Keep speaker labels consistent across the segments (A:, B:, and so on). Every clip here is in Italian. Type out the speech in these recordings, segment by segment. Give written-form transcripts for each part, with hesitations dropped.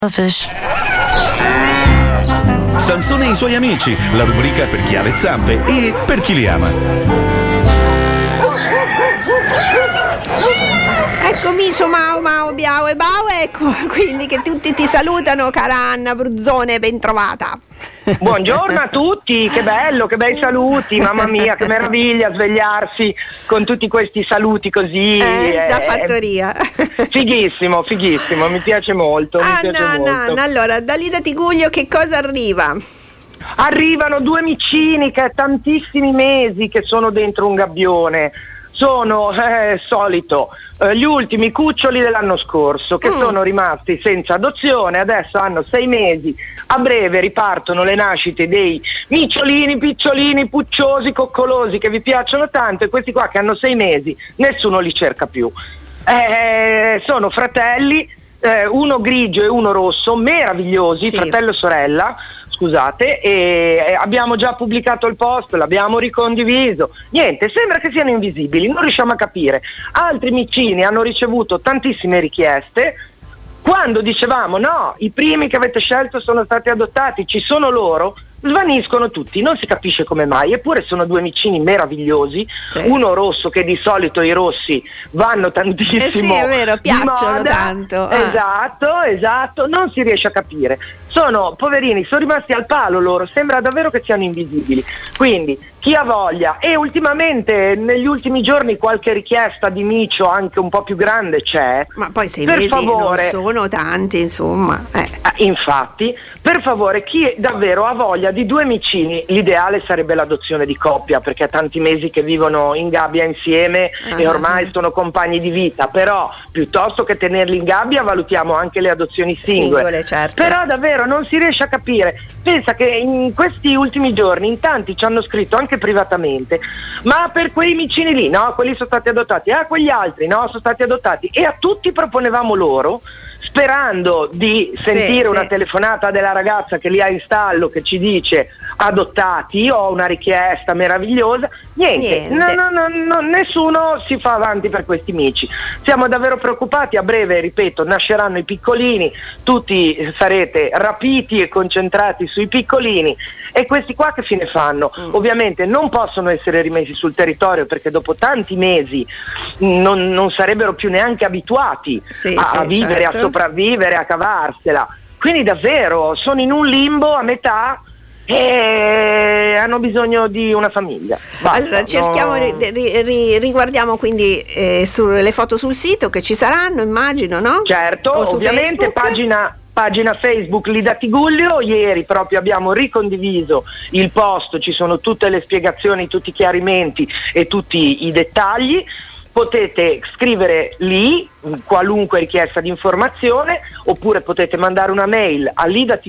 A: Sansone e i suoi amici, la rubrica per chi ha le zampe e per chi li ama.
B: Ecco Micio, Mau, Biao e Bau, ecco, quindi che tutti ti salutano, cara Anna Bruzzone, ben trovata.
C: Buongiorno a tutti, che bello, che bei saluti, mamma mia, che meraviglia svegliarsi con tutti questi saluti così.
B: Da fattoria.
C: Fighissimo, mi piace molto.
B: Anna, allora, da Lida Tiguglio che cosa arriva?
C: Arrivano due micini che è tantissimi mesi che sono dentro un gabbione. Sono, solito, gli ultimi cuccioli dell'anno scorso che sono rimasti senza adozione, adesso hanno 6 mesi, a breve ripartono le nascite dei micciolini, picciolini, pucciosi, coccolosi che vi piacciono tanto, e questi qua che hanno 6 mesi nessuno li cerca più. Sono fratelli, uno grigio e uno rosso, meravigliosi, sì. Fratello e sorella. Scusate, e abbiamo già pubblicato il post, l'abbiamo ricondiviso. Niente, sembra che siano invisibili, non riusciamo a capire. Altri micini hanno ricevuto tantissime richieste. Quando dicevamo no, i primi che avete scelto sono stati adottati, ci sono loro, svaniscono tutti, non si capisce come mai, eppure sono due micini meravigliosi, sì. Uno rosso, che di solito i rossi vanno tantissimo,
B: sì, è vero, piacciono
C: moda.
B: Tanto.
C: Esatto, non si riesce a capire. Sono poverini, sono rimasti al palo loro, sembra davvero che siano invisibili. Quindi chi ha voglia, e ultimamente negli ultimi giorni qualche richiesta di micio anche un po' più grande c'è.
B: Ma poi 6
C: per
B: mesi
C: favore,
B: non sono tanti, insomma.
C: Infatti, per favore, chi davvero ha voglia di due micini, l'ideale sarebbe l'adozione di coppia, perché è tanti mesi che vivono in gabbia insieme e ormai sono compagni di vita, però piuttosto che tenerli in gabbia valutiamo anche le adozioni singole,
B: certo.
C: Però davvero non si riesce a capire. Pensa che in questi ultimi giorni in tanti ci hanno scritto anche privatamente: ma per quei micini lì, no, quelli sono stati adottati, quegli altri, no, sono stati adottati, e a tutti proponevamo loro, sperando di sentire una telefonata della ragazza che li ha in stallo che ci dice adottati, ho una richiesta meravigliosa. Niente. No, nessuno si fa avanti per questi mici. Siamo davvero preoccupati. A breve, ripeto, nasceranno i piccolini, tutti sarete rapiti e concentrati sui piccolini, e questi qua che fine fanno? Ovviamente non possono essere rimessi sul territorio, perché dopo tanti mesi non sarebbero più neanche abituati a vivere, certo. A sopravvivere, a cavarsela. Quindi davvero sono in un limbo a metà e hanno bisogno di una famiglia. Basta,
B: allora cerchiamo, riguardiamo quindi le foto sul sito che ci saranno, immagino, no?
C: Certo, ovviamente pagina Facebook Lida Tiguglio. Ieri proprio abbiamo ricondiviso il post, ci sono tutte le spiegazioni, tutti i chiarimenti e tutti i dettagli. Potete scrivere lì qualunque richiesta di informazione, oppure potete mandare una mail a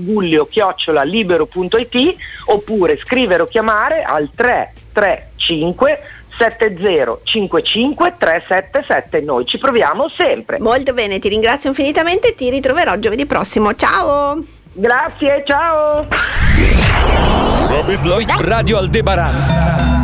C: lidatiguglio@libero.it, oppure scrivere o chiamare al 335 7055 377. Noi ci proviamo sempre.
B: Molto bene, ti ringrazio infinitamente e ti ritroverò giovedì prossimo. Ciao!
C: Grazie, ciao!
A: Robert Lloyd, Radio Aldebaran.